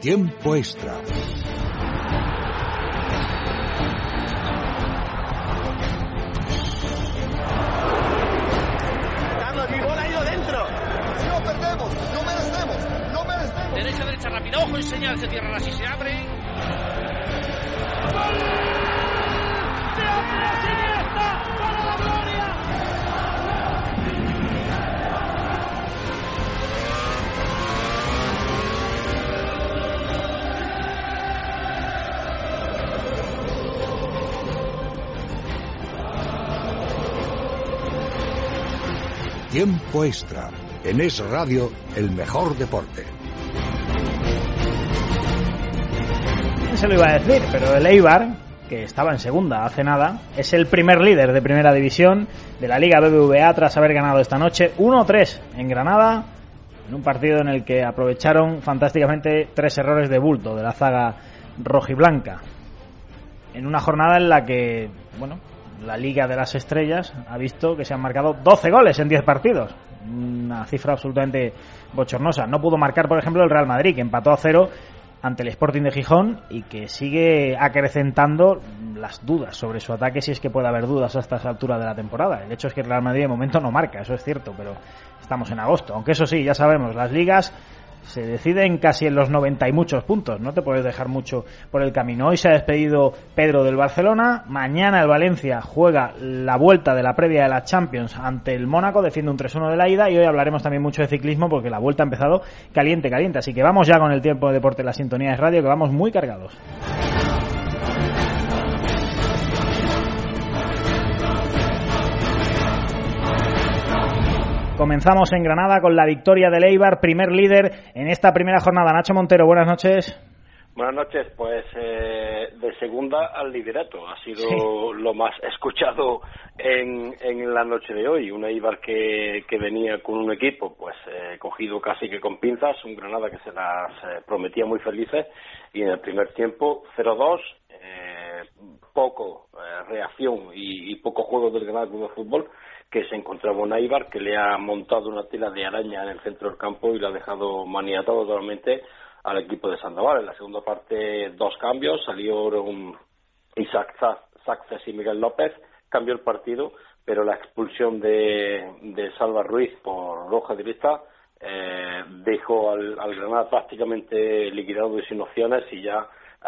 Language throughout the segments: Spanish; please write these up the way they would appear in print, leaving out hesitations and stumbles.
Tiempo extra. Carlos, mi bola ha ido dentro. Si no perdemos, no merecemos. Derecha, rápido, ojo y señal, se cierra así, se abre. ¡Gol! ¡De Andrés Iniesta para la gloria! Tiempo extra. En Es Radio, el mejor deporte. Se lo iba a decir, pero el Eibar, que estaba en segunda hace nada, es el primer líder de primera división de la Liga BBVA tras haber ganado esta noche 1-3 en Granada, en un partido en el que aprovecharon fantásticamente 3 errores de bulto de la zaga rojiblanca. En una jornada en la que, bueno, la Liga de las Estrellas ha visto que se han marcado 12 goles en 10 partidos. Una cifra absolutamente bochornosa. No pudo marcar, por ejemplo, el Real Madrid, que empató a 0 ante el Sporting de Gijón y que sigue acrecentando las dudas sobre su ataque, si es que puede haber dudas hasta esa altura de la temporada. El hecho es que el Real Madrid de momento no marca, eso es cierto, pero estamos en agosto. Aunque eso sí, ya sabemos, las ligas se deciden casi en los 90 y muchos puntos, no te puedes dejar mucho por el camino. Hoy se ha despedido Pedro del Barcelona, mañana el Valencia juega la vuelta de la previa de la Champions ante el Mónaco, defiende un 3-1 de la ida, y hoy hablaremos también mucho de ciclismo porque la vuelta ha empezado caliente, así que vamos ya con el tiempo de deporte en la sintonía de radio, que vamos muy cargados. Comenzamos en Granada con la victoria del Eibar, primer líder en esta primera jornada. Nacho Montero, buenas noches. Buenas noches, pues de segunda al liderato ha sido sí, lo más escuchado en la noche de hoy. Un Eibar que venía con un equipo pues cogido casi que con pinzas, un Granada que se las prometía muy felices, y en el primer tiempo 0-2, poco reacción y poco juego del Granada Club de Fútbol, que se encontraba un Eibar que le ha montado una tela de araña en el centro del campo y le ha dejado maniatado totalmente al equipo de Sandoval. En la segunda parte 2 cambios, salieron Isaac Saxes y Miguel López, cambió el partido, pero la expulsión de Salva Ruiz por roja directa dejó al Granada prácticamente liquidado y sin opciones, y ya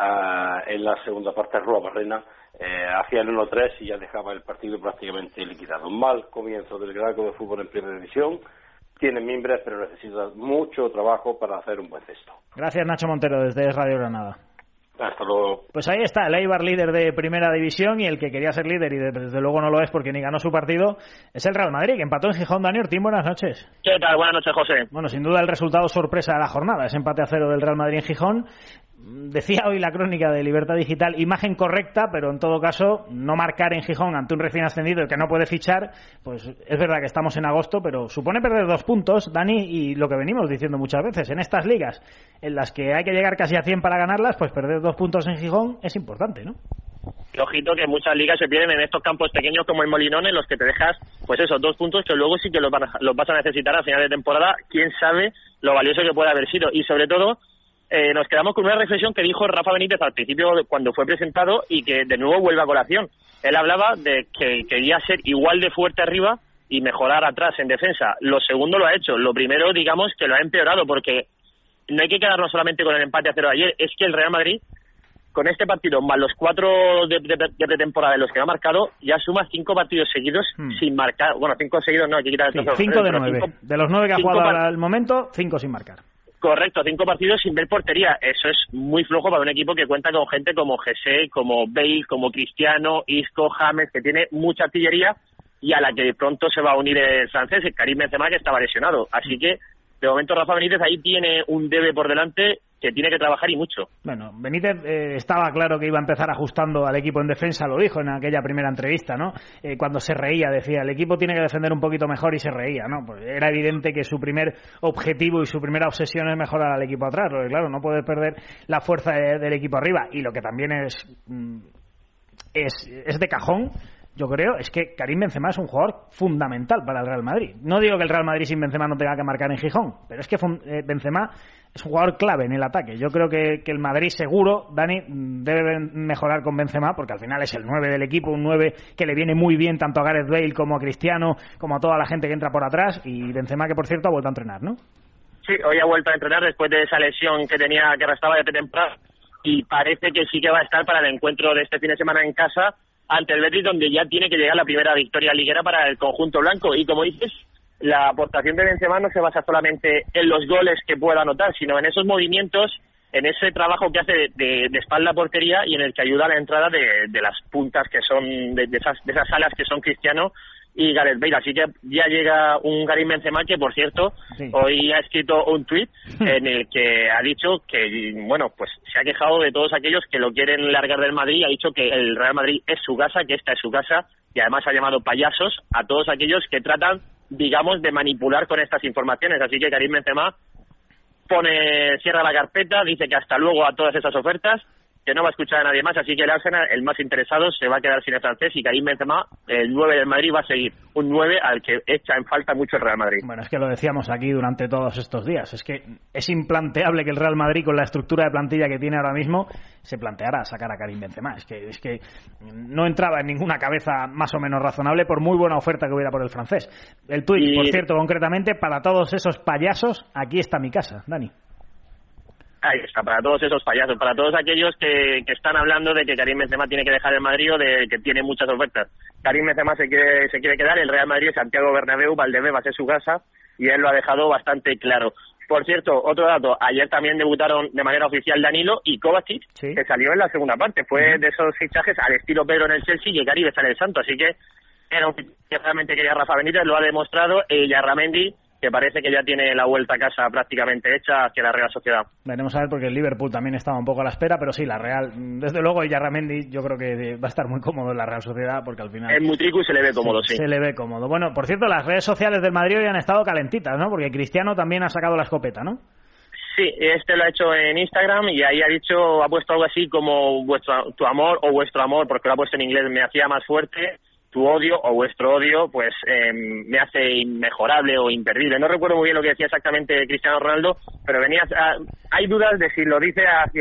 en la segunda parte Rúa Barrena hacía el 1-3 y ya dejaba el partido prácticamente liquidado. Mal comienzo del Granada Club de Fútbol en primera división. Tiene mimbres, pero necesita mucho trabajo para hacer un buen cesto. Gracias, Nacho Montero, desde Radio Granada. Hasta luego. Pues ahí está, el Eibar líder de primera división, y el que quería ser líder y desde luego no lo es porque ni ganó su partido es el Real Madrid, que empató en Gijón. Dani Ortín, buenas noches. ¿Qué tal? Buenas noches, José. Bueno, sin duda el resultado sorpresa de la jornada, ese empate a 0 del Real Madrid en Gijón. Decía hoy la crónica de Libertad Digital, imagen correcta, pero en todo caso no marcar en Gijón ante un recién ascendido y que no puede fichar, pues es verdad que estamos en agosto, pero supone perder 2 puntos, Dani, y lo que venimos diciendo muchas veces, en estas ligas en las que hay que llegar casi a 100 para ganarlas, pues perder 2 puntos en Gijón es importante, ¿no? Ojito que muchas ligas se pierden en estos campos pequeños como el Molinón, en los que te dejas, pues esos 2 puntos que luego sí que los vas a necesitar a final de temporada. Quién sabe lo valioso que puede haber sido. Y sobre todo, nos quedamos con una reflexión que dijo Rafa Benítez al principio cuando fue presentado, y que de nuevo vuelve a colación. Él hablaba de que quería ser igual de fuerte arriba y mejorar atrás en defensa. Lo segundo lo ha hecho. Lo primero, digamos, que lo ha empeorado, porque no hay que quedarnos solamente con el empate a 0 de ayer. Es que el Real Madrid, con este partido, más los 4 de pretemporada de los que ha marcado, ya suma 5 partidos seguidos sin marcar. Bueno, 5 seguidos no, hay que quitar el trozo. 5 de 9. De los 9 que ha jugado al momento, 5 sin marcar. Correcto, 5 partidos sin ver portería. Eso es muy flojo para un equipo que cuenta con gente como Jesse, como Bale, como Cristiano, Isco, James, que tiene mucha artillería, y a la que de pronto se va a unir el francés, el Karim Benzema, que estaba lesionado. Así que, de momento, Rafa Benítez ahí tiene un debe por delante que tiene que trabajar, y mucho. Bueno, Benítez estaba claro que iba a empezar ajustando al equipo en defensa, lo dijo en aquella primera entrevista, ¿no? Cuando se reía, decía, el equipo tiene que defender un poquito mejor, y se reía, ¿no? Pues era evidente que su primer objetivo y su primera obsesión es mejorar al equipo atrás, porque claro, no puede perder la fuerza del equipo arriba. Y lo que también es de cajón, yo creo, es que Karim Benzema es un jugador fundamental para el Real Madrid. No digo que el Real Madrid sin Benzema no tenga que marcar en Gijón, pero es que Benzema es un jugador clave en el ataque. Yo creo que el Madrid seguro, Dani, debe mejorar con Benzema, porque al final es el 9 del equipo, un 9 que le viene muy bien tanto a Gareth Bale como a Cristiano, como a toda la gente que entra por atrás, y Benzema, que por cierto ha vuelto a entrenar, ¿no? Sí, hoy ha vuelto a entrenar después de esa lesión que arrastraba de temprano, y parece que sí que va a estar para el encuentro de este fin de semana en casa ante el Betis, donde ya tiene que llegar la primera victoria liguera para el conjunto blanco. Y como dices, la aportación de Benzema no se basa solamente en los goles que pueda anotar, sino en esos movimientos, en ese trabajo que hace de espalda a portería, y en el que ayuda a la entrada de las puntas que son de esas alas que son Cristiano y Gareth Bale. Así que ya llega un Karim Benzema que, por cierto, sí, hoy ha escrito un tuit en el que ha dicho que, bueno, pues se ha quejado de todos aquellos que lo quieren largar del Madrid. Ha dicho que el Real Madrid es su casa, que esta es su casa, y además ha llamado payasos a todos aquellos que tratan, digamos, de manipular con estas informaciones. Así que Karim Benzema cierra la carpeta, dice que hasta luego a todas esas ofertas, que no va a escuchar a nadie más, así que el Arsenal, el más interesado, se va a quedar sin el francés, y Karim Benzema, el 9 del Madrid, va a seguir. Un 9 al que echa en falta mucho el Real Madrid. Bueno, es que lo decíamos aquí durante todos estos días, es que es implanteable que el Real Madrid, con la estructura de plantilla que tiene ahora mismo, se planteara sacar a Karim Benzema. Es que no entraba en ninguna cabeza más o menos razonable, por muy buena oferta que hubiera por el francés. El tuit, por cierto, concretamente, para todos esos payasos, aquí está mi casa, Dani. Ahí está, para todos esos payasos, para todos aquellos que están hablando de que Karim Benzema tiene que dejar el Madrid o de que tiene muchas ofertas. Karim Benzema se quiere quedar, el Real Madrid, Santiago Bernabéu, Valdebebas va a ser su casa, y él lo ha dejado bastante claro. Por cierto, otro dato, ayer también debutaron de manera oficial Danilo y Kovacic, ¿sí?, que salió en la segunda parte. Fue de esos fichajes al estilo Pedro en el Chelsea y Caribe está en el Santo, así que era un fichaje que realmente quería Rafa Benítez, lo ha demostrado, y Yarramendi, que parece que ya tiene la vuelta a casa prácticamente hecha hacia la Real Sociedad. Veremos a ver, porque el Liverpool también estaba un poco a la espera, pero sí, la Real, desde luego, y Yarramendi, yo creo que va a estar muy cómodo en la Real Sociedad, porque al final... Es muy trico y se le ve cómodo, sí. Se le ve cómodo. Bueno, por cierto, las redes sociales del Madrid hoy han estado calentitas, ¿no? Porque Cristiano también ha sacado la escopeta, ¿no? Sí, lo ha hecho en Instagram, y ahí ha puesto algo así como tu amor o vuestro amor, porque lo ha puesto en inglés, me hacía más fuerte. Tu odio o vuestro odio, pues me hace inmejorable o imperdible. No recuerdo muy bien lo que decía exactamente Cristiano Ronaldo, pero hay dudas de si lo dice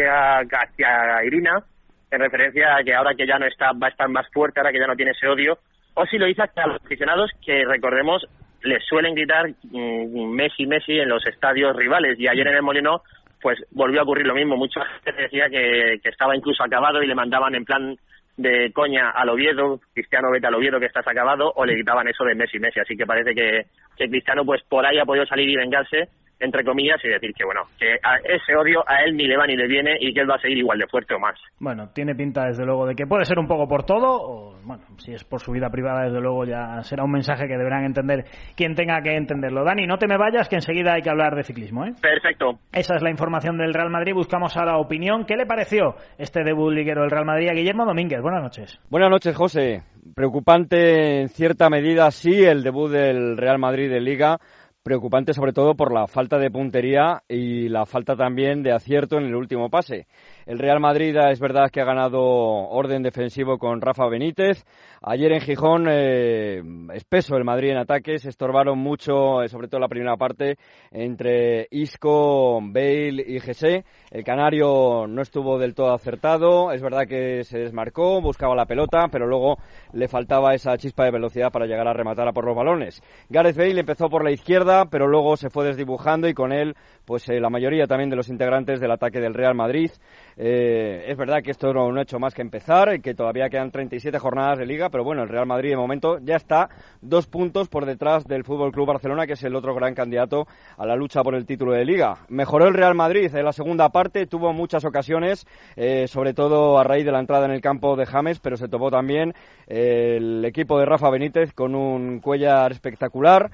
hacia Irina, en referencia a que ahora que ya no está, va a estar más fuerte, ahora que ya no tiene ese odio, o si lo dice hacia los aficionados, que recordemos, les suelen gritar Messi, Messi en los estadios rivales, y ayer en el Molinón pues volvió a ocurrir lo mismo. Mucha gente decía que estaba incluso acabado, y le mandaban en plan de coña al Oviedo, Cristiano, vete al Oviedo que estás acabado, o le gritaban eso de Messi, Messi. Así que parece que Cristiano pues por ahí ha podido salir y vengarse, entre comillas, y decir que bueno, que ese odio a él ni le va ni le viene, y que él va a seguir igual de fuerte o más. Bueno, tiene pinta desde luego de que puede ser un poco por todo, o bueno, si es por su vida privada, desde luego ya será un mensaje que deberán entender quien tenga que entenderlo. Dani, no te me vayas, que enseguida hay que hablar de ciclismo, ¿eh? Perfecto. Esa es la información del Real Madrid. Buscamos ahora opinión. ¿Qué le pareció este debut liguero del Real Madrid a Guillermo Domínguez? Buenas noches. Buenas noches, José. Preocupante en cierta medida, sí, el debut del Real Madrid en Liga. Preocupante sobre todo por la falta de puntería y la falta también de acierto en el último pase. El Real Madrid es verdad que ha ganado orden defensivo con Rafa Benítez. Ayer en Gijón, espeso el Madrid en ataques, estorbaron mucho, sobre todo la primera parte, entre Isco, Bale y José. El canario no estuvo del todo acertado, es verdad que se desmarcó, buscaba la pelota, pero luego le faltaba esa chispa de velocidad para llegar a rematar a por los balones. Gareth Bale empezó por la izquierda, pero luego se fue desdibujando, y con él pues la mayoría también de los integrantes del ataque del Real Madrid. Es verdad que esto no ha hecho más que empezar, que todavía quedan 37 jornadas de Liga, pero bueno, el Real Madrid de momento ya está 2 puntos por detrás del Fútbol Club Barcelona, que es el otro gran candidato a la lucha por el título de Liga. Mejoró el Real Madrid en la segunda parte, tuvo muchas ocasiones, sobre todo a raíz de la entrada en el campo de James, pero se topó también el equipo de Rafa Benítez con un Cuéllar espectacular.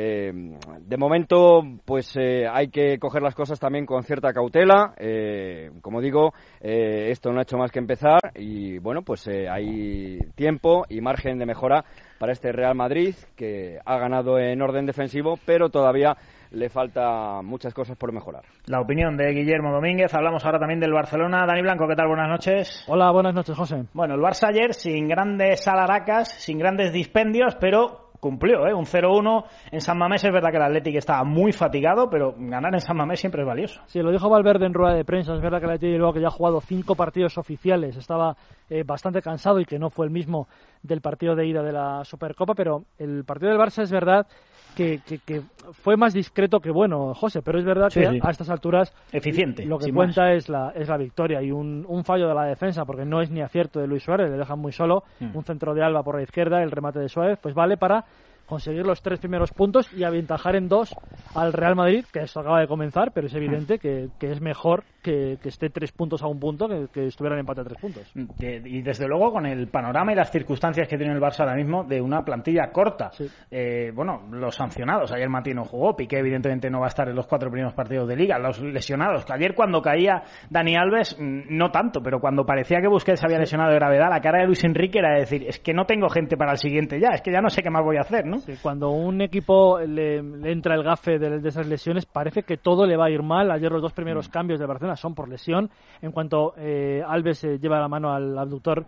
De momento pues hay que coger las cosas también con cierta cautela. Como digo, esto no ha hecho más que empezar, y bueno, pues hay tiempo y margen de mejora para este Real Madrid, que ha ganado en orden defensivo, pero todavía le falta muchas cosas por mejorar. La opinión de Guillermo Domínguez. Hablamos ahora también del Barcelona. Dani Blanco, ¿qué tal? Buenas noches. Hola, buenas noches, José. Bueno, el Barça ayer sin grandes alaracas, sin grandes dispendios, pero cumplió, un 0-1 en San Mamés. Es verdad que el Athletic estaba muy fatigado, pero ganar en San Mamés siempre es valioso. Sí, lo dijo Valverde en rueda de prensa. Es verdad que el Athletic luego que ya ha jugado 5 partidos oficiales estaba bastante cansado y que no fue el mismo del partido de ida de la Supercopa, pero el partido del Barça es verdad que fue más discreto que bueno, José, pero es verdad que a estas alturas eficiente, lo que cuenta es la victoria y un fallo de la defensa, porque no es ni acierto de Luis Suárez, le dejan muy solo, un centro de Alba por la izquierda, el remate de Suárez, pues vale para conseguir los 3 primeros puntos y aventajar en 2 al Real Madrid, que esto acaba de comenzar, pero es evidente que es mejor que esté 3 puntos a un punto que estuviera en empate a 3 puntos. Y desde luego con el panorama y las circunstancias que tiene el Barça ahora mismo de una plantilla corta. Sí. Bueno, los sancionados, ayer Mati no jugó, Piqué evidentemente no va a estar en los 4 primeros partidos de Liga, los lesionados, que ayer cuando caía Dani Alves, no tanto, pero cuando parecía que Busquets había lesionado de gravedad, la cara de Luis Enrique era de decir, es que no tengo gente para el siguiente ya, es que ya no sé qué más voy a hacer, ¿no? Sí, cuando un equipo le entra el gafe de esas lesiones, parece que todo le va a ir mal. Ayer los 2 primeros cambios de Barcelona son por lesión. En cuanto Alves lleva la mano al abductor,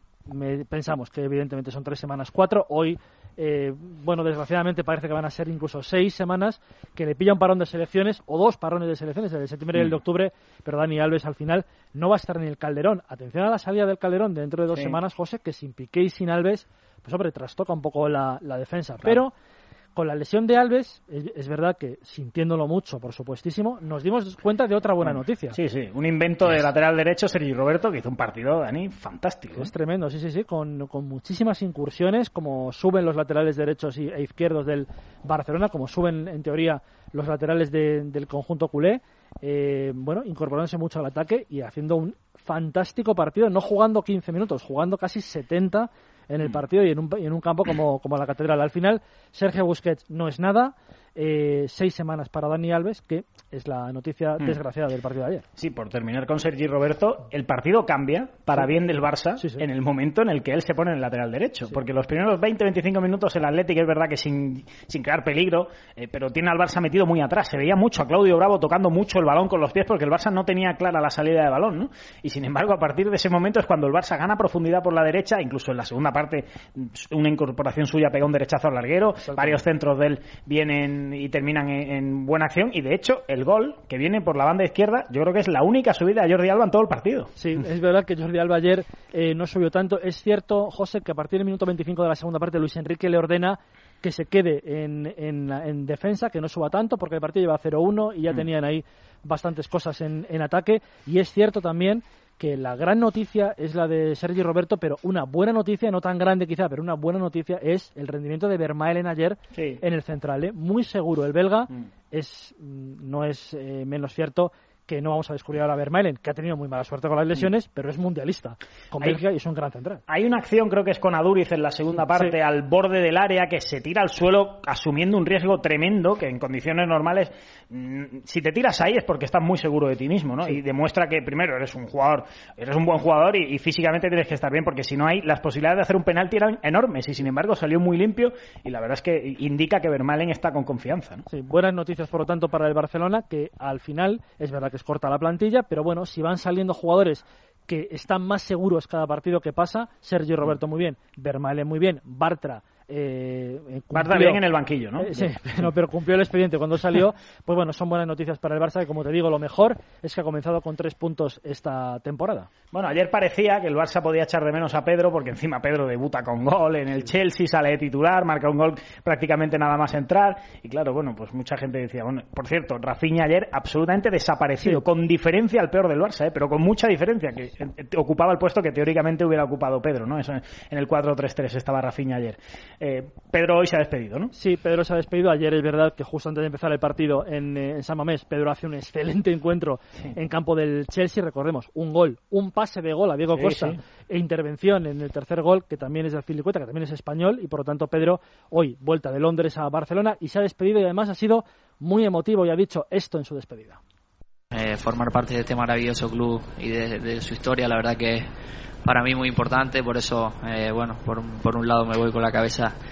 pensamos que evidentemente son 3 semanas, 4. Hoy, bueno, desgraciadamente parece que van a ser incluso 6 semanas, que le pilla un parón de selecciones o 2 parones de selecciones, el de septiembre y el de octubre, pero Dani Alves al final no va a estar en el Calderón. Atención a la salida del Calderón dentro de 2 semanas, José, que sin Piqué y sin Alves, pues hombre, trastoca un poco la defensa, claro. Pero con la lesión de Alves, es verdad que sintiéndolo mucho, por supuestísimo, nos dimos cuenta de otra buena noticia. Sí, un invento de lateral derecho, Sergi Roberto, que hizo un partido, Dani, fantástico. Es tremendo, sí, con muchísimas incursiones, como suben los laterales derechos e izquierdos del Barcelona, como suben en teoría los laterales del conjunto culé, bueno, incorporándose mucho al ataque y haciendo un fantástico partido, no jugando 15 minutos, jugando casi 70 en el partido y en un campo como la Catedral. Al final, Sergio Busquets no es nada. 6 semanas para Dani Alves, que es la noticia desgraciada del partido de ayer. Sí, por terminar con Sergi Roberto, el partido cambia para bien del Barça en el momento en el que él se pone en el lateral derecho, porque los primeros 20-25 minutos el Athletic es verdad que sin crear peligro, pero tiene al Barça metido muy atrás. Se veía mucho a Claudio Bravo tocando mucho el balón con los pies porque el Barça no tenía clara la salida de balón, ¿no? Y sin embargo, a partir de ese momento es cuando el Barça gana profundidad por la derecha, incluso en la segunda parte una incorporación suya pega un derechazo al larguero, varios centros de él vienen y terminan en buena acción, y de hecho el gol que viene por la banda izquierda yo creo que es la única subida de Jordi Alba en todo el partido. Sí, es verdad que Jordi Alba ayer no subió tanto. Es cierto, José, que a partir del minuto 25 de la segunda parte Luis Enrique le ordena que se quede en defensa, que no suba tanto porque el partido lleva 0-1 y ya tenían ahí bastantes cosas en ataque. Y es cierto también que la gran noticia es la de Sergi Roberto, pero una buena noticia, no tan grande quizá, pero una buena noticia es el rendimiento de Vermaelen ayer en el central. Muy seguro el belga, no es menos cierto que no vamos a descubrir ahora a Vermaelen, que ha tenido muy mala suerte con las lesiones, pero es mundialista con Bélgica y es un gran central. Hay una acción, creo que es con Aduriz en la segunda parte, al borde del área, que se tira al suelo asumiendo un riesgo tremendo, que en condiciones normales, si te tiras ahí es porque estás muy seguro de ti mismo, ¿no? Y demuestra que primero eres un buen jugador y físicamente tienes que estar bien, porque si no hay, las posibilidades de hacer un penalti eran enormes y sin embargo salió muy limpio y la verdad es que indica que Vermaelen está con confianza, ¿no? Sí, buenas noticias por lo tanto para el Barcelona, que al final es verdad que es corta la plantilla, pero bueno, si van saliendo jugadores que están más seguros cada partido que pasa, Sergio Roberto muy bien, Vermaelen muy bien, Bartra bien en el banquillo, ¿no? Sí, pero cumplió el expediente cuando salió. Pues bueno, son buenas noticias para el Barça, y como te digo, lo mejor es que ha comenzado con 3 puntos esta temporada. Bueno, ayer parecía que el Barça podía echar de menos a Pedro, porque encima Pedro debuta con gol en el Chelsea, sale de titular, marca un gol prácticamente nada más entrar, y claro, bueno, pues mucha gente decía, bueno, por cierto, Rafinha ayer absolutamente desaparecido, con diferencia al peor del Barça, pero con mucha diferencia, que ocupaba el puesto que teóricamente hubiera ocupado Pedro, ¿no? Eso en el 4-3-3 estaba Rafinha ayer. Pedro hoy se ha despedido, ¿no? Sí, Pedro se ha despedido. Ayer es verdad que justo antes de empezar el partido en San Mamés, Pedro hace un excelente encuentro en campo del Chelsea. Recordemos, un gol, un pase de gol a Diego Costa e intervención en el tercer gol, que también es de Azpilicueta, que también es español, y por lo tanto Pedro hoy vuelta de Londres a Barcelona y se ha despedido, y además ha sido muy emotivo y ha dicho esto en su despedida. Formar parte de este maravilloso club y de su historia, la verdad que para mí muy importante, por eso bueno, por un lado me voy con la cabeza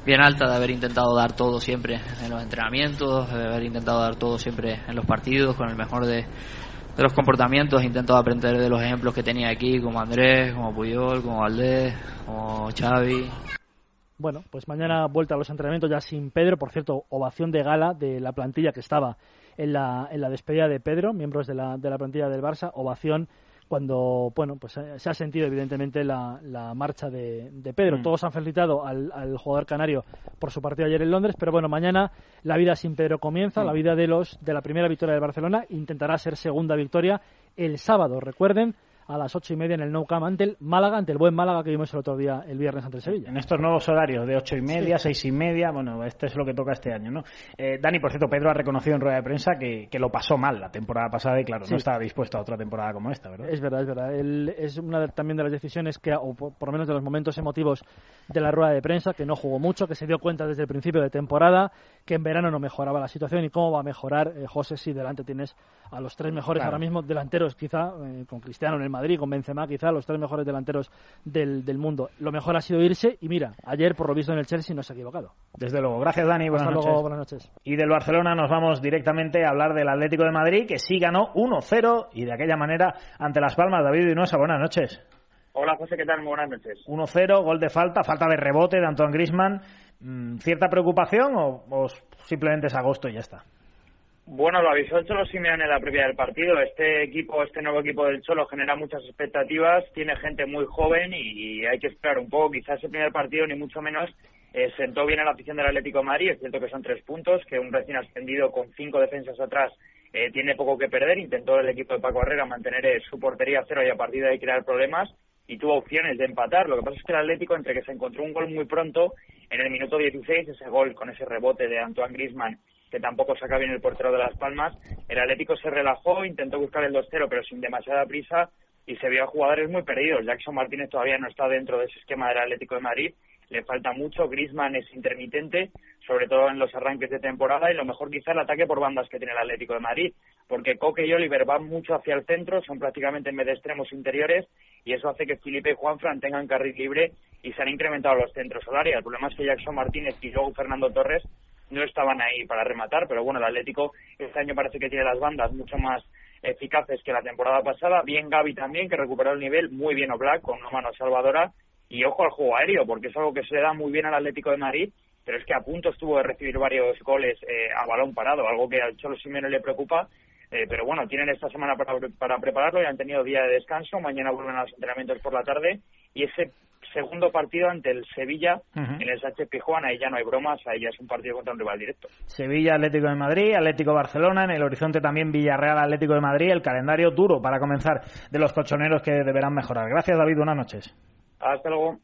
bien alta, de haber intentado dar todo siempre en los entrenamientos, de haber intentado dar todo siempre en los partidos, con el mejor de los comportamientos. Intento aprender de los ejemplos que tenía aquí, como Andrés, como Puyol, como Valdés, como Xavi. Bueno, pues mañana vuelta a los entrenamientos ya sin Pedro. Por cierto, ovación de gala de la plantilla que estaba en la despedida de Pedro, miembros de la plantilla del Barça. Ovación cuando, bueno, pues se ha sentido evidentemente la marcha de Pedro. Todos han felicitado al jugador canario por su partido ayer en Londres, pero bueno, mañana la vida sin Pedro comienza. La vida de la primera victoria del Barcelona intentará ser segunda victoria el sábado, recuerden, a las 8:30 en el Nou Camp ante el Málaga, ante el buen Málaga que vimos el otro día, el viernes, ante el Sevilla. En estos nuevos horarios de 8:30, 6:30, bueno, este es lo que toca este año, ¿no? Dani, por cierto, Pedro ha reconocido en rueda de prensa que lo pasó mal la temporada pasada y claro, no estaba dispuesto a otra temporada como esta, ¿verdad? Es verdad. Es una también de las decisiones que, o por lo menos de los momentos emotivos de la rueda de prensa, que no jugó mucho, que se dio cuenta desde el principio de temporada que en verano no mejoraba la situación. Y cómo va a mejorar, José, si delante tienes a los tres mejores ahora mismo delanteros, quizá, con Cristiano en el Madrid, con Benzema, quizá los tres mejores delanteros del mundo. Lo mejor ha sido irse y mira, ayer por lo visto en el Chelsea no se ha equivocado. Desde luego. Gracias, Dani. Hasta luego, buenas noches. Y del Barcelona nos vamos directamente a hablar del Atlético de Madrid, que sí ganó 1-0 y de aquella manera ante Las Palmas. David Vinuesa, buenas noches. Hola, José, ¿qué tal? Muy buenas noches. 1-0, gol de falta de rebote de Antoine Griezmann. ¿Cierta preocupación o simplemente es agosto y ya está? Bueno, lo avisó el Cholo Simeone en la previa del partido. Este nuevo equipo del Cholo genera muchas expectativas, tiene gente muy joven y hay que esperar un poco. Quizás el primer partido, ni mucho menos, sentó bien a la afición del Atlético de Madrid. Es cierto que son 3 puntos, que un recién ascendido con 5 defensas atrás tiene poco que perder. Intentó el equipo de Paco Herrera mantener su portería a 0 y a partir de ahí crear problemas y tuvo opciones de empatar. Lo que pasa es que el Atlético, entre que se encontró un gol muy pronto, en el minuto 16, ese gol con ese rebote de Antoine Griezmann, que tampoco saca bien el portero de Las Palmas, el Atlético se relajó, intentó buscar el 2-0 pero sin demasiada prisa y se vio a jugadores muy perdidos. Jackson Martínez todavía no está dentro de ese esquema del Atlético de Madrid, le falta mucho. Griezmann es intermitente, sobre todo en los arranques de temporada, y lo mejor quizá el ataque por bandas que tiene el Atlético de Madrid, porque Coque y Oliver van mucho hacia el centro, son prácticamente en vez de extremos interiores, y eso hace que Felipe y Juanfran tengan carril libre y se han incrementado los centros al área. El problema es que Jackson Martínez y luego Fernando Torres no estaban ahí para rematar, pero bueno, el Atlético este año parece que tiene las bandas mucho más eficaces que la temporada pasada. Bien Gavi también, que recuperó el nivel, muy bien Oblak con una mano salvadora, y ojo al juego aéreo, porque es algo que se le da muy bien al Atlético de Madrid, pero es que a punto estuvo de recibir varios goles a balón parado, algo que al Cholo Simeone le preocupa, pero bueno, tienen esta semana para prepararlo y han tenido día de descanso. Mañana vuelven a los entrenamientos por la tarde y ese segundo partido ante el Sevilla en el Sánchez Pizjuán, ahí ya no hay bromas, ahí ya es un partido contra un rival directo. Sevilla, Atlético de Madrid, Atlético Barcelona, en el horizonte también Villarreal, Atlético de Madrid, el calendario duro para comenzar de los colchoneros que deberán mejorar. Gracias, David, buenas noches. Hasta luego.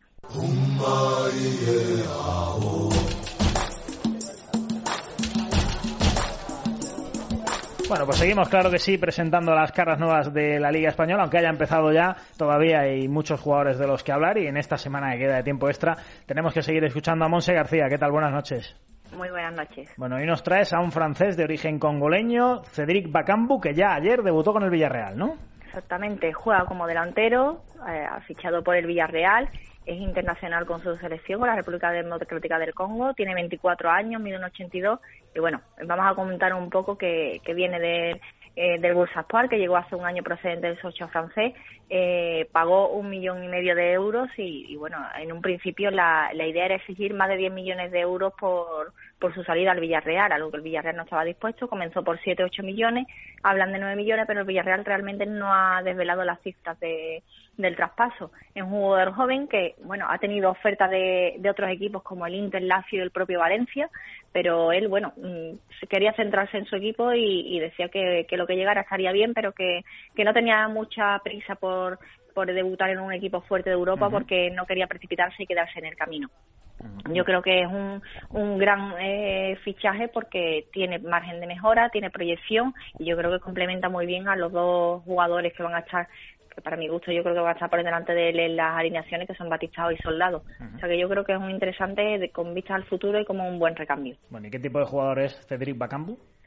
Bueno, pues seguimos, claro que sí, presentando las caras nuevas de la Liga Española, aunque haya empezado ya, todavía hay muchos jugadores de los que hablar y en esta semana que queda de tiempo extra tenemos que seguir escuchando a Monse García. ¿Qué tal? Buenas noches. Muy buenas noches. Bueno, hoy nos traes a un francés de origen congoleño, Cédric Bakambu, que ya ayer debutó con el Villarreal, ¿no? Exactamente, juega como delantero, ha fichado por el Villarreal, es internacional con su selección, con la República Democrática del Congo, tiene 24 años, mide 1,82 y bueno, vamos a comentar un poco que viene del Bursaspor, que llegó hace un año procedente del Sochaux francés, pagó 1,5 millones de euros y bueno, en un principio la idea era exigir más de 10 millones de euros por su salida al Villarreal, algo que el Villarreal no estaba dispuesto. Comenzó por 7-8 millones, hablan de 9 millones, pero el Villarreal realmente no ha desvelado las cifras del traspaso. Es un jugador joven que, bueno, ha tenido ofertas de otros equipos como el Inter, Lazio y el propio Valencia, pero él, bueno, quería centrarse en su equipo y decía que lo que llegara estaría bien, pero que no tenía mucha prisa por debutar en un equipo fuerte de Europa, porque no quería precipitarse y quedarse en el camino. Yo creo que es un gran fichaje porque tiene margen de mejora, tiene proyección y yo creo que complementa muy bien a los dos jugadores que van a estar, que para mi gusto yo creo que van a estar por delante de él en las alineaciones, que son Batistao y Soldado. O sea que yo creo que es muy interesante con vista al futuro y como un buen recambio. Bueno, ¿y qué tipo de jugador es Cédric Bakambu?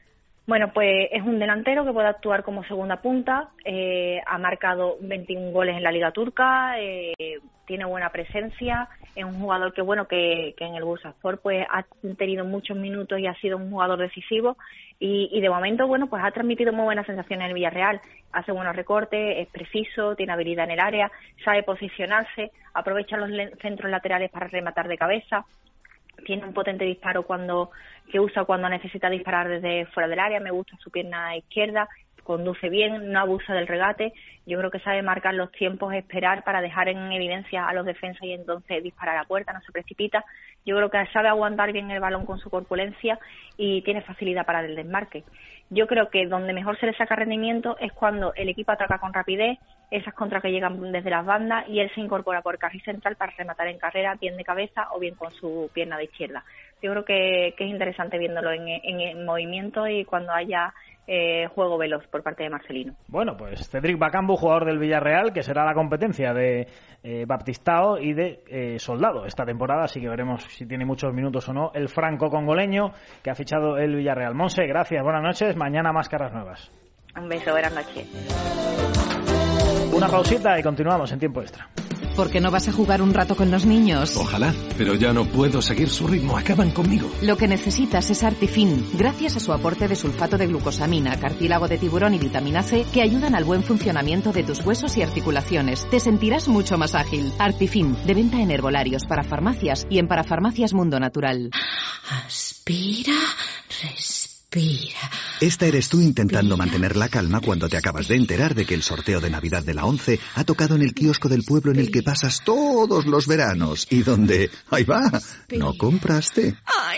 Bueno, pues es un delantero que puede actuar como segunda punta, ha marcado 21 goles en la Liga Turca, tiene buena presencia, es un jugador que en el Bursaspor pues ha tenido muchos minutos y ha sido un jugador decisivo y de momento pues ha transmitido muy buenas sensaciones en el Villarreal, hace buenos recortes, es preciso, tiene habilidad en el área, sabe posicionarse, aprovecha los centros laterales para rematar de cabeza. Tiene un potente disparo que usa cuando necesita disparar desde fuera del área. Me gusta su pierna izquierda, conduce bien, no abusa del regate. Yo creo que sabe marcar los tiempos, esperar para dejar en evidencia a los defensas y entonces disparar a puerta, no se precipita. Yo creo que sabe aguantar bien el balón con su corpulencia y tiene facilidad para el desmarque. Yo creo que donde mejor se le saca rendimiento es cuando el equipo ataca con rapidez, esas contras que llegan desde las bandas y él se incorpora por carril central para rematar en carrera, bien de cabeza o bien con su pierna de izquierda. Yo creo que es interesante viéndolo en movimiento y cuando haya juego veloz por parte de Marcelino. Bueno, pues Cedric Bakambu, jugador del Villarreal, que será la competencia de Baptistao y de Soldado esta temporada, así que veremos si tiene muchos minutos o no el franco-congoleño que ha fichado el Villarreal. Monse, gracias, buenas noches, mañana más caras nuevas. Un beso, buenas noches. Una pausita y continuamos en tiempo extra. ¿Por qué no vas a jugar un rato con los niños? Ojalá, pero ya no puedo seguir su ritmo, acaban conmigo. Lo que necesitas es Artifin, gracias a su aporte de sulfato de glucosamina, cartílago de tiburón y vitamina C, que ayudan al buen funcionamiento de tus huesos y articulaciones. Te sentirás mucho más ágil. Artifin, de venta en herbolarios, para farmacias y en Parafarmacias Mundo Natural. Aspira, respira. Esta eres tú intentando mantener la calma cuando te acabas de enterar de que el sorteo de Navidad de la 11 ha tocado en el kiosco del pueblo en el que pasas todos los veranos y donde, ahí va, no compraste. ¡Ay,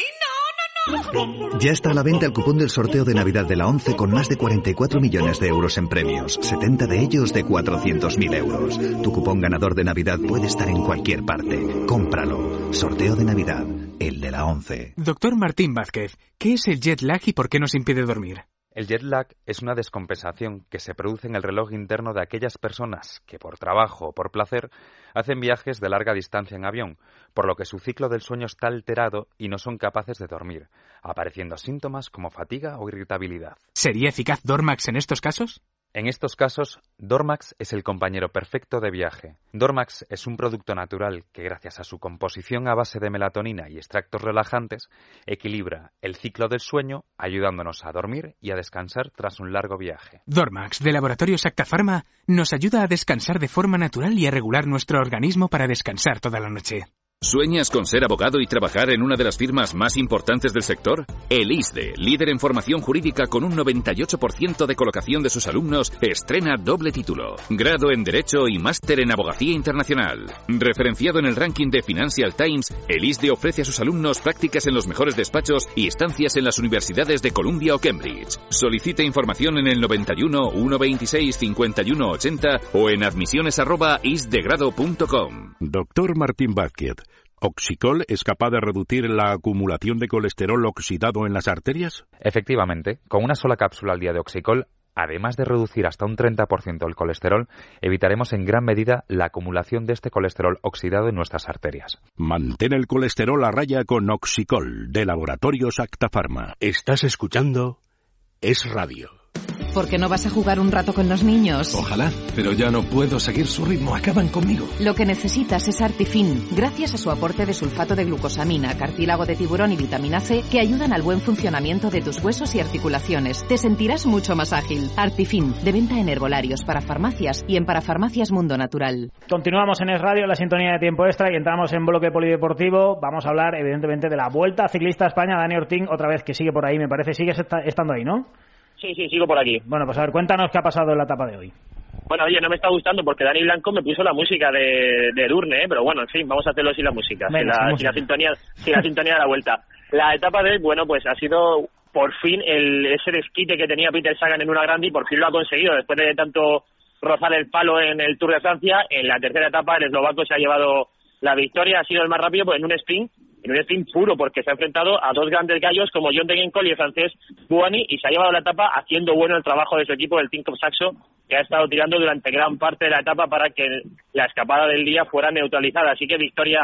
no! Ya está a la venta el cupón del sorteo de Navidad de la 11 con más de 44 millones de euros en premios, 70 de ellos de 400.000 euros. Tu cupón ganador de Navidad puede estar en cualquier parte. Cómpralo. Sorteo de Navidad, el de la 11. Doctor Martín Vázquez, ¿qué es el jet lag y por qué nos impide dormir? El jet lag es una descompensación que se produce en el reloj interno de aquellas personas que por trabajo o por placer hacen viajes de larga distancia en avión, por lo que su ciclo del sueño está alterado y no son capaces de dormir, apareciendo síntomas como fatiga o irritabilidad. ¿Sería eficaz Dormax en estos casos? En estos casos, Dormax es el compañero perfecto de viaje. Dormax es un producto natural que, gracias a su composición a base de melatonina y extractos relajantes, equilibra el ciclo del sueño, ayudándonos a dormir y a descansar tras un largo viaje. Dormax, de Laboratorios Acta Pharma, nos ayuda a descansar de forma natural y a regular nuestro organismo para descansar toda la noche. ¿Sueñas con ser abogado y trabajar en una de las firmas más importantes del sector? El ISDE, líder en formación jurídica con un 98% de colocación de sus alumnos, estrena doble título, grado en Derecho y máster en Abogacía Internacional. Referenciado en el ranking de Financial Times, el ISDE ofrece a sus alumnos prácticas en los mejores despachos y estancias en las universidades de Columbia o Cambridge. Solicite información en el 91 126 51 80 o en admisiones@isdegrado.com. Doctor Martín Vázquez, ¿Oxicol es capaz de reducir la acumulación de colesterol oxidado en las arterias? Efectivamente, con una sola cápsula al día de Oxicol, además de reducir hasta un 30% el colesterol, evitaremos en gran medida la acumulación de este colesterol oxidado en nuestras arterias. Mantén el colesterol a raya con Oxicol, de Laboratorios Acta Pharma. Estás escuchando Es Radio. ¿Por qué no vas a jugar un rato con los niños? Ojalá, pero ya no puedo seguir su ritmo, acaban conmigo. Lo que necesitas es Artifin, gracias a su aporte de sulfato de glucosamina, cartílago de tiburón y vitamina C, que ayudan al buen funcionamiento de tus huesos y articulaciones. Te sentirás mucho más ágil. Artifin, de venta en herbolarios, para farmacias y en Parafarmacias Mundo Natural. Continuamos en Es Radio, la sintonía de tiempo extra, y entramos en bloque polideportivo. Vamos a hablar, evidentemente, de la Vuelta Ciclista a España. Dani Ortín, otra vez que sigue por ahí, me parece. Sigues estando ahí, ¿no? Sí, sigo por aquí. Bueno, pues a ver, cuéntanos qué ha pasado en la etapa de hoy. Bueno, oye, no me está gustando porque Dani Blanco me puso la música de Edurne, pero bueno, en fin, vamos a hacerlo sin la música, sin la sintonía de la Vuelta. La etapa de hoy, bueno, pues ha sido por fin ese desquite que tenía Peter Sagan en una grande, y por fin lo ha conseguido, después de tanto rozar el palo en el Tour de Francia. En la tercera etapa el eslovaco se ha llevado la victoria, ha sido el más rápido, pues en un sprint puro, porque se ha enfrentado a dos grandes gallos como John Degenkolb y el francés Buani, y se ha llevado la etapa haciendo bueno el trabajo de su equipo, el Tinkoff Saxo, que ha estado tirando durante gran parte de la etapa para que la escapada del día fuera neutralizada. Así que victoria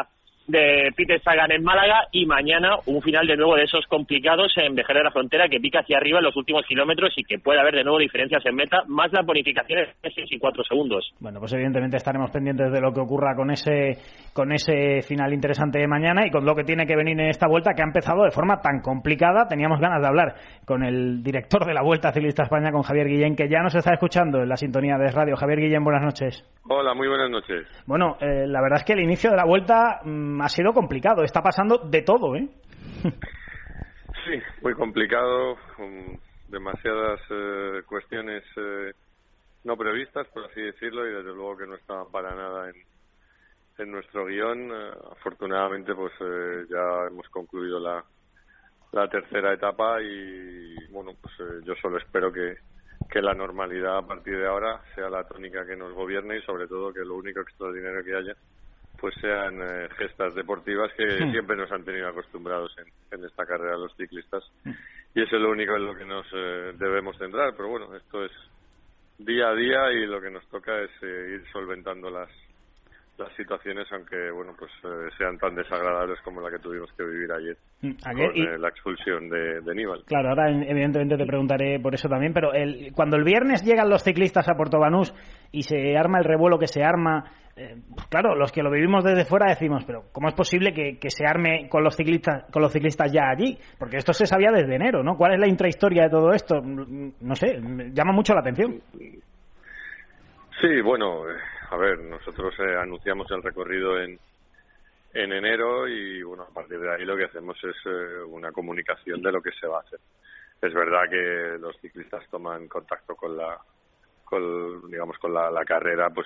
de Peter Sagan en Málaga, y mañana un final de nuevo de esos complicados en Vejer de la Frontera, que pica hacia arriba en los últimos kilómetros y que puede haber de nuevo diferencias en meta, más las bonificaciones de 6 y 4 segundos. Bueno, pues evidentemente estaremos pendientes de lo que ocurra con ese final interesante de mañana y con lo que tiene que venir en esta vuelta, que ha empezado de forma tan complicada. Teníamos ganas de hablar con el director de la Vuelta Ciclista España, con Javier Guillén, que ya nos está escuchando en la sintonía de Radio. Javier Guillén, buenas noches. Hola, muy buenas noches. Bueno, la verdad es que el inicio de la Vuelta ha sido complicado, está pasando de todo, ¿eh? Sí, muy complicado, con demasiadas cuestiones no previstas, por así decirlo, y desde luego que no estaban para nada en nuestro guión. Afortunadamente, pues ya hemos concluido la tercera etapa y, bueno, pues yo solo espero que la normalidad a partir de ahora sea la tónica que nos gobierne y, sobre todo, que lo único extraordinario que haya pues sean gestas deportivas que siempre nos han tenido acostumbrados en esta carrera los ciclistas, y eso es lo único en lo que nos debemos centrar. Pero bueno, esto es día a día y lo que nos toca es ir solventando las situaciones, aunque bueno, pues sean tan desagradables como la que tuvimos que vivir ayer con la expulsión de Nibali. Claro, ahora evidentemente te preguntaré por eso también, pero cuando el viernes llegan los ciclistas a Puerto Banús y se arma el revuelo que se arma, claro, los que lo vivimos desde fuera decimos, pero ¿cómo es posible que se arme con los ciclistas ya allí? Porque esto se sabía desde enero, ¿no? ¿Cuál es la intrahistoria de todo esto? No sé, llama mucho la atención. Sí, bueno, a ver, nosotros anunciamos el recorrido en enero y, bueno, a partir de ahí lo que hacemos es una comunicación de lo que se va a hacer. Es verdad que los ciclistas toman contacto con la carrera, pues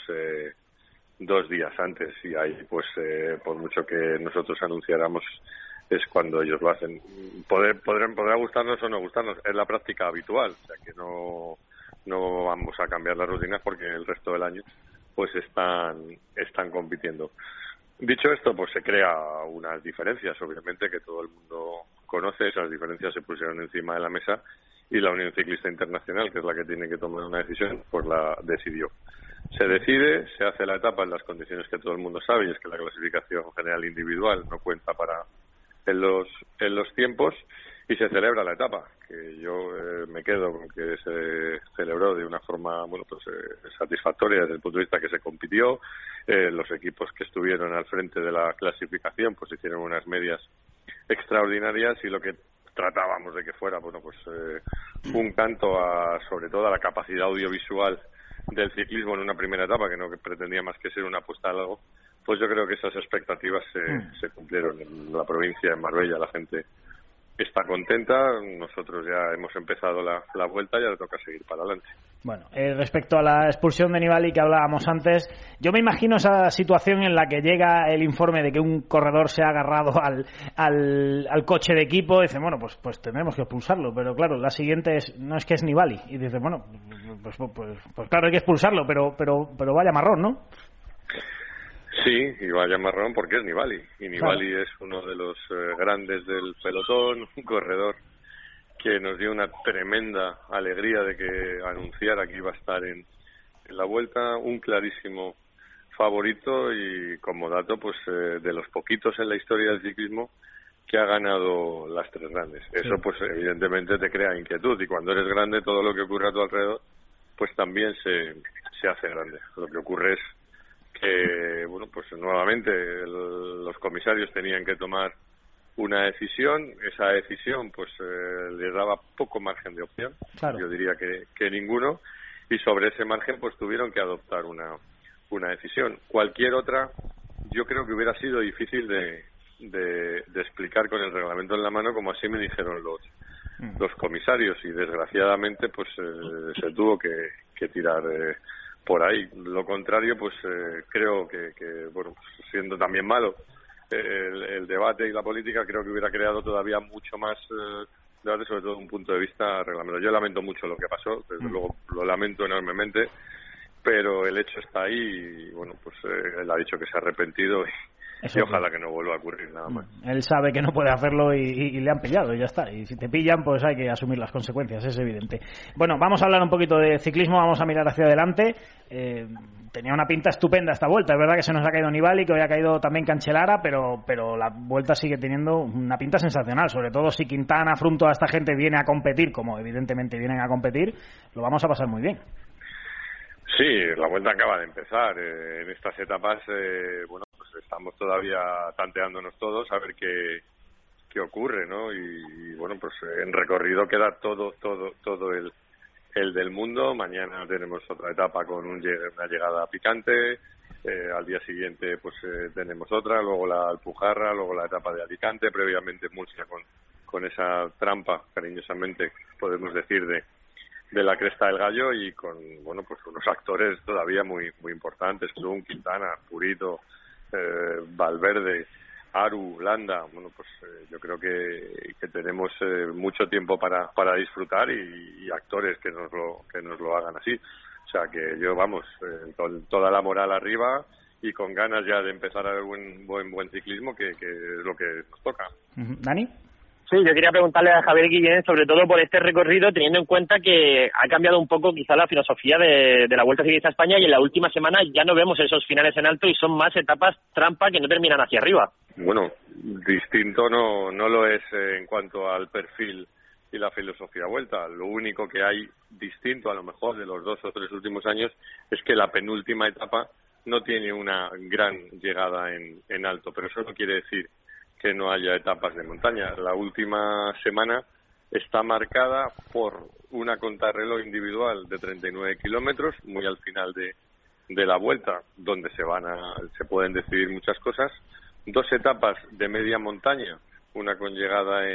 2 días antes, y ahí, pues, por mucho que nosotros anunciáramos, es cuando ellos lo hacen. Podrá gustarnos o no gustarnos, es la práctica habitual, o sea que no vamos a cambiar las rutinas porque el resto del año pues están compitiendo. Dicho esto, pues se crea unas diferencias, obviamente, que todo el mundo conoce. Esas diferencias se pusieron encima de la mesa y la Unión Ciclista Internacional, que es la que tiene que tomar una decisión, pues la decidió. Se decide, se hace la etapa en las condiciones que todo el mundo sabe, y es que la clasificación general individual no cuenta en los tiempos, y se celebra la etapa, que yo me quedo con que se celebró de una forma, bueno, pues satisfactoria desde el punto de vista que se compitió. Los equipos que estuvieron al frente de la clasificación pues hicieron unas medias extraordinarias, y lo que tratábamos de que fuera, bueno, pues un canto sobre todo a la capacidad audiovisual del ciclismo en una primera etapa, que no pretendía más que ser una apuesta a algo. Pues yo creo que esas expectativas se cumplieron en la provincia, en Marbella. La gente está contenta, nosotros ya hemos empezado la vuelta y ahora toca seguir para adelante. Bueno, respecto a la expulsión de Nibali que hablábamos antes, yo me imagino esa situación en la que llega el informe de que un corredor se ha agarrado al coche de equipo y dice, bueno, pues tendremos que expulsarlo, pero claro, la siguiente no es que es Nibali, y dice, bueno, pues claro, hay que expulsarlo, pero vaya marrón, ¿no? Sí, y vaya marrón porque es Nibali, y Nibali es uno de los grandes del pelotón, un corredor que nos dio una tremenda alegría de que anunciara que iba a estar en la vuelta, un clarísimo favorito, y como dato, pues de los poquitos en la historia del ciclismo que ha ganado las 3 grandes. Eso pues evidentemente te crea inquietud, y cuando eres grande todo lo que ocurre a tu alrededor pues también se hace grande. Lo que ocurre es que, bueno, pues nuevamente los comisarios tenían que tomar una decisión. Esa decisión pues les daba poco margen de opción, claro. Yo diría que ninguno, y sobre ese margen pues tuvieron que adoptar una decisión. Cualquier otra yo creo que hubiera sido difícil de explicar con el reglamento en la mano, como así me dijeron los comisarios, y desgraciadamente pues se tuvo que tirar por ahí. Lo contrario, pues creo que bueno, pues, siendo también malo el debate y la política, creo que hubiera creado todavía mucho más debate, sobre todo desde un punto de vista reglamentario. Yo lamento mucho lo que pasó, desde luego lo lamento enormemente, pero el hecho está ahí, y bueno, pues él ha dicho que se ha arrepentido Eso y ojalá que no vuelva a ocurrir nada más. Él sabe que no puede hacerlo y le han pillado y ya está. Y si te pillan, pues hay que asumir las consecuencias, es evidente. Bueno, vamos a hablar un poquito de ciclismo, vamos a mirar hacia adelante. Tenía una pinta estupenda esta vuelta. Es verdad que se nos ha caído Nibali, que hoy ha caído también Cancellara, pero la vuelta sigue teniendo una pinta sensacional. Sobre todo si Quintana, Frum, toda esta gente viene a competir, como evidentemente vienen a competir, lo vamos a pasar muy bien. Sí, la vuelta acaba de empezar. En estas etapas, bueno, pues estamos todavía tanteándonos todos a ver qué ocurre, ¿no? Y bueno, pues en recorrido queda todo el del mundo. Mañana tenemos otra etapa con una llegada picante. Al día siguiente, pues tenemos otra, luego la Alpujarra, luego la etapa de Alicante, previamente Murcia con esa trampa, cariñosamente podemos decir, de la Cresta del Gallo, y con, bueno, pues unos actores todavía muy importantes, Frum, Quintana, Purito, Valverde, Aru, Landa. Bueno, pues yo creo que tenemos mucho tiempo para disfrutar y actores que nos lo hagan así. O sea que yo, vamos, con toda la moral arriba y con ganas ya de empezar a ver buen ciclismo, que es lo que nos toca. ¿Dani? Sí, yo quería preguntarle a Javier Guillén, sobre todo por este recorrido, teniendo en cuenta que ha cambiado un poco quizá la filosofía de la Vuelta Ciclista a España, y en la última semana ya no vemos esos finales en alto y son más etapas trampa que no terminan hacia arriba. Bueno, distinto no lo es en cuanto al perfil y la filosofía Vuelta. Lo único que hay distinto, a lo mejor, de los 2 o 3 últimos años, es que la penúltima etapa no tiene una gran llegada en alto, pero eso no quiere decir que no haya etapas de montaña. La última semana está marcada por una contrarreloj individual de 39 kilómetros, muy al final de la vuelta, donde se pueden decidir muchas cosas. 2 etapas de media montaña, una con llegada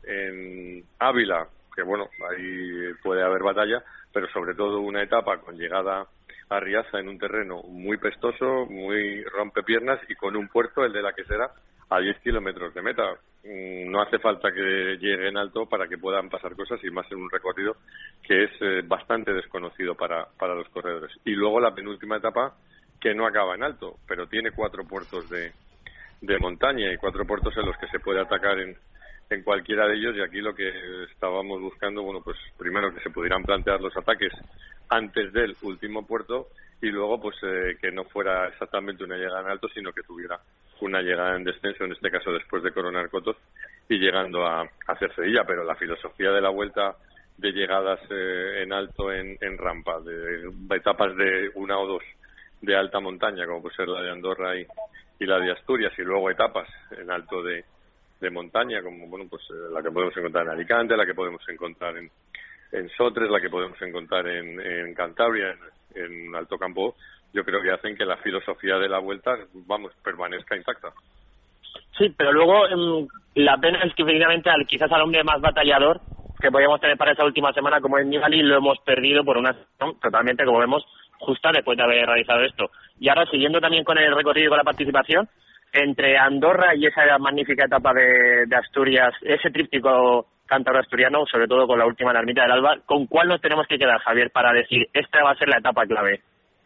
en Ávila, que bueno, ahí puede haber batalla, pero sobre todo una etapa con llegada a Riaza en un terreno muy pestoso, muy rompepiernas, y con un puerto, el de la Quesera, a 10 kilómetros de meta. No hace falta que llegue en alto para que puedan pasar cosas, y más en un recorrido que es bastante desconocido para los corredores. Y luego la penúltima etapa, que no acaba en alto, pero tiene 4 puertos de montaña y 4 puertos en los que se puede atacar en cualquiera de ellos. Y aquí lo que estábamos buscando, bueno, pues primero que se pudieran plantear los ataques antes del último puerto, y luego pues que no fuera exactamente una llegada en alto, sino que tuviera una llegada en descenso, en este caso después de coronar cotos y llegando a Cercedilla. Pero la filosofía de la vuelta, de llegadas en alto en rampa, de etapas de 1 o 2 de alta montaña, como puede ser la de Andorra y la de Asturias, y luego etapas en alto de montaña, como bueno, pues la que podemos encontrar en Alicante, la que podemos encontrar en Sotres, la que podemos encontrar en Cantabria, en Alto Campo, yo creo que hacen que la filosofía de la vuelta, vamos, permanezca intacta. Sí, pero luego la pena es que efectivamente quizás al hombre más batallador que podíamos tener para esa última semana, como es Nibali, lo hemos perdido por una situación totalmente, como vemos, justa después de haber realizado esto. Y ahora, siguiendo también con el recorrido y con la participación, entre Andorra y esa magnífica etapa de Asturias, ese tríptico cántabro asturiano, sobre todo con la última en la Ermita del Alba, ¿con cuál nos tenemos que quedar, Javier, para decir esta va a ser la etapa clave?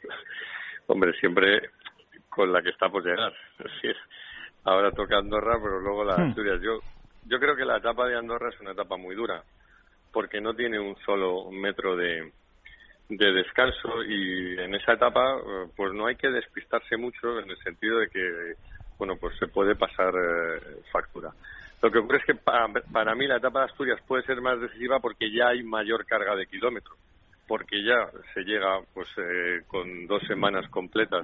Hombre, siempre con la que está por llegar. Es decir, ahora toca Andorra, pero luego la Asturias. Yo creo que la etapa de Andorra es una etapa muy dura, porque no tiene un solo metro de descanso, y en esa etapa pues no hay que despistarse mucho, en el sentido de que bueno, pues se puede pasar factura. Lo que ocurre es que para mí la etapa de Asturias puede ser más decisiva porque ya hay mayor carga de kilómetros, porque ya se llega pues con 2 semanas completas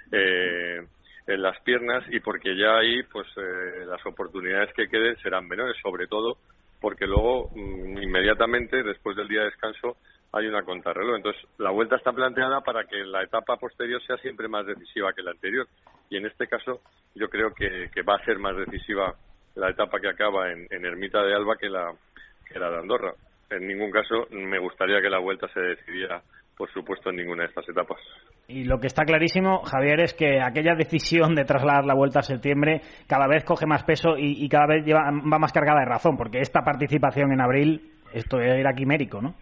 en las piernas, y porque ya ahí pues las oportunidades que queden serán menores, sobre todo porque luego inmediatamente después del día de descanso hay una contrarreloj. Entonces la vuelta está planteada para que la etapa posterior sea siempre más decisiva que la anterior, y en este caso yo creo que va a ser más decisiva la etapa que acaba en Ermita de Alba que la de Andorra. En ningún caso me gustaría que la vuelta se decidiera, por supuesto, en ninguna de estas etapas. Y lo que está clarísimo, Javier, es que aquella decisión de trasladar la vuelta a septiembre cada vez coge más peso y cada vez va más cargada de razón, porque esta participación en abril, esto era quimérico, ¿no?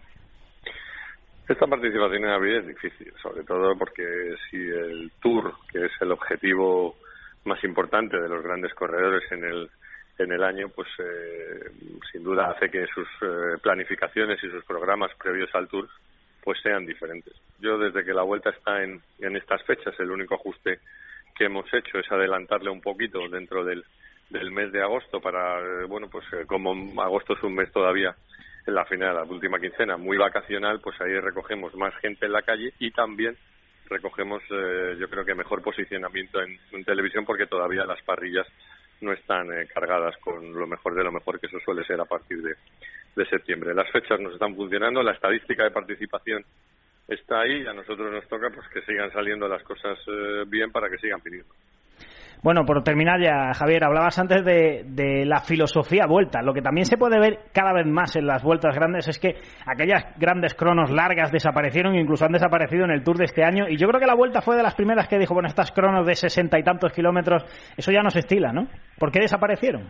Esta participación en abril es difícil, sobre todo porque si el Tour, que es el objetivo más importante de los grandes corredores en el año, pues sin duda hace que sus planificaciones y sus programas previos al Tour pues sean diferentes. Yo desde que la Vuelta está en estas fechas, el único ajuste que hemos hecho es adelantarle un poquito dentro del mes de agosto para, como agosto es un mes todavía en la final, la última quincena, muy vacacional, pues ahí recogemos más gente en la calle y también recogemos, yo creo que mejor posicionamiento en televisión, porque todavía las parrillas no están cargadas con lo mejor de lo mejor, que eso suele ser a partir de septiembre. Las fechas nos están funcionando, la estadística de participación está ahí y a nosotros nos toca pues que sigan saliendo las cosas bien para que sigan pidiendo. Bueno, por terminar ya, Javier, hablabas antes de la filosofía Vuelta. Lo que también se puede ver cada vez más en las vueltas grandes es que aquellas grandes cronos largas desaparecieron, incluso han desaparecido en el Tour de este año. Y yo creo que la Vuelta fue de las primeras que dijo, bueno, estas cronos de 60 y tantos kilómetros, eso ya no se estila, ¿no? ¿Por qué desaparecieron?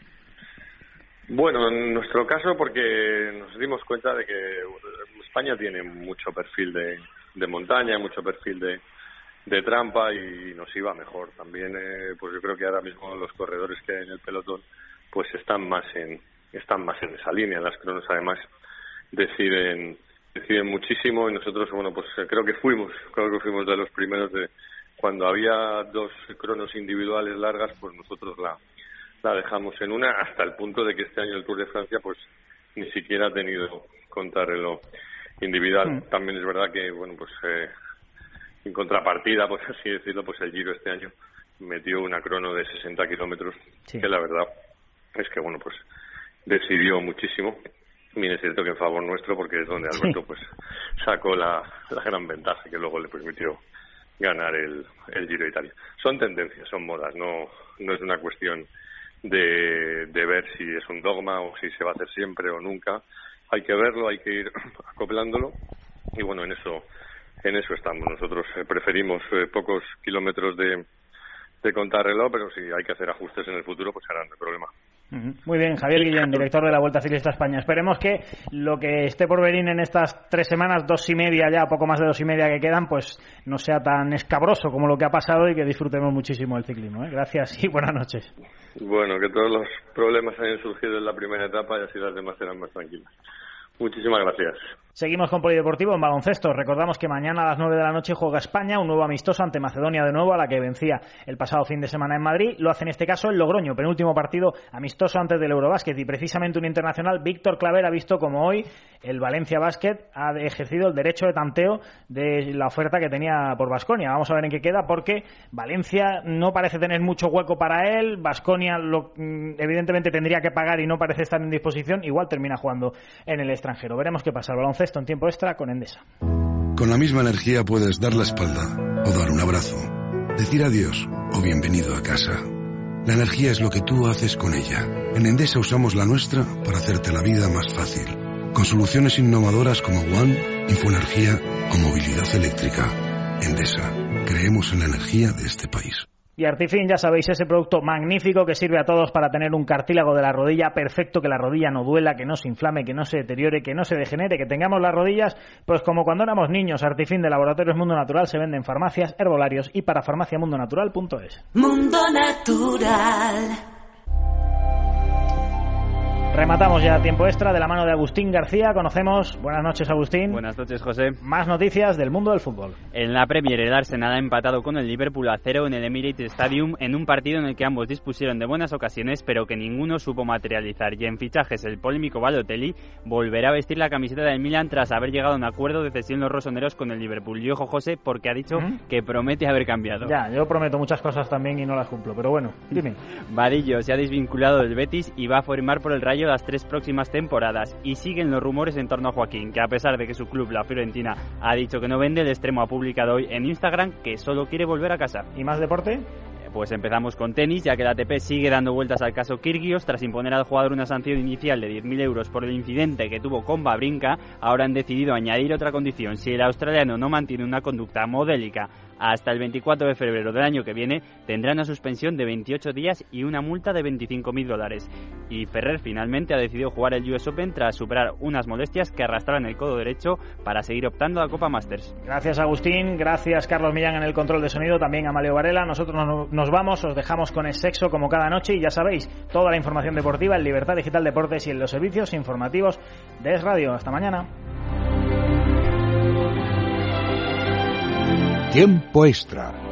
Bueno, en nuestro caso porque nos dimos cuenta de que España tiene mucho perfil de montaña, mucho perfil de trampa y nos iba mejor. También pues yo creo que ahora mismo los corredores que hay en el pelotón pues están más en esa línea. Las cronos además deciden muchísimo y nosotros pues creo que fuimos de los primeros de cuando había dos cronos individuales largas, pues nosotros la dejamos en una, hasta el punto de que este año el Tour de Francia pues ni siquiera ha tenido contrarreloj individual. También es verdad que en contrapartida, por así decirlo, pues el Giro este año metió una crono de 60 kilómetros, que la verdad es que pues decidió muchísimo. Bien, es cierto que en favor nuestro, porque es donde Alberto pues sacó la gran ventaja que luego le permitió ganar el Giro de Italia. Son tendencias, son modas, no es una cuestión de ver si es un dogma o si se va a hacer siempre o nunca. Hay que verlo, hay que ir acoplándolo y en eso estamos. Nosotros preferimos pocos kilómetros de contrarreloj, pero si hay que hacer ajustes en el futuro, pues harán, no hay problema. Muy bien, Javier Guillén, director de la Vuelta Ciclista España. Esperemos que lo que esté por venir en estas 3 semanas, 2 y media ya, poco más de 2 y media que quedan, pues no sea tan escabroso como lo que ha pasado y que disfrutemos muchísimo el ciclismo. Gracias y buenas noches. Bueno, que todos los problemas hayan surgido en la primera etapa y así las demás serán más tranquilas. Muchísimas gracias. Seguimos con Polideportivo en baloncesto. Recordamos que mañana a las 9 de la noche juega España, un nuevo amistoso ante Macedonia de nuevo, a la que vencía el pasado fin de semana en Madrid. Lo hace en este caso el Logroño, penúltimo partido amistoso antes del Eurobásquet. Y precisamente un internacional, Víctor Claver, ha visto como hoy el Valencia Basket ha ejercido el derecho de tanteo de la oferta que tenía por Baskonia. Vamos a ver en qué queda, porque Valencia no parece tener mucho hueco para él. Baskonia evidentemente tendría que pagar y no parece estar en disposición. Igual termina jugando en el extranjero. Veremos qué pasa. El baloncesto en tiempo extra con Endesa. Con la misma energía puedes dar la espalda o dar un abrazo, decir adiós o bienvenido a casa. La energía es lo que tú haces con ella. En Endesa usamos la nuestra para hacerte la vida más fácil, con soluciones innovadoras como One, Infoenergía o movilidad eléctrica. Endesa, creemos en la energía de este país. Y Artifin, ya sabéis, ese producto magnífico que sirve a todos para tener un cartílago de la rodilla perfecto, que la rodilla no duela, que no se inflame, que no se deteriore, que no se degenere, que tengamos las rodillas pues como cuando éramos niños. Artifin de Laboratorios Mundo Natural se vende en farmacias, herbolarios y para farmaciamundonatural.es. Mundo Natural. Rematamos ya tiempo extra de la mano de Agustín García. Conocemos. Buenas noches, Agustín. Buenas noches, José. Más noticias del mundo del fútbol. En la Premier, el Arsenal ha empatado con el Liverpool a 0 en el Emirates Stadium en un partido en el que ambos dispusieron de buenas ocasiones, pero que ninguno supo materializar. Y en fichajes, el polémico Balotelli volverá a vestir la camiseta del Milan tras haber llegado a un acuerdo de cesión los rosoneros con el Liverpool. Y ojo, José, porque ha dicho que promete haber cambiado. Ya, yo prometo muchas cosas también y no las cumplo, pero bueno, dime. Vadillo se ha desvinculado del Betis y va a formar por el Rayo las 3 próximas temporadas, y siguen los rumores en torno a Joaquín, que a pesar de que su club, la Fiorentina, ha dicho que no vende, el extremo ha publicado hoy en Instagram que solo quiere volver a casa. ¿Y más deporte? Pues empezamos con tenis, ya que la ATP sigue dando vueltas al caso Kyrgios. Tras imponer al jugador una sanción inicial de 10.000 euros por el incidente que tuvo con Wawrinka, ahora han decidido añadir otra condición: si el australiano no mantiene una conducta modélica hasta el 24 de febrero del año que viene tendrá una suspensión de 28 días y una multa de $25.000. Y Ferrer finalmente ha decidido jugar el US Open tras superar unas molestias que arrastraban el codo derecho para seguir optando a la Copa Masters. Gracias, Agustín. Gracias, Carlos Millán, en el control de sonido. También a Amalio Varela. Nosotros nos vamos, os dejamos con el sexo como cada noche y ya sabéis, toda la información deportiva en Libertad Digital Deportes y en los servicios informativos de Es Radio. Hasta mañana. Tiempo extra.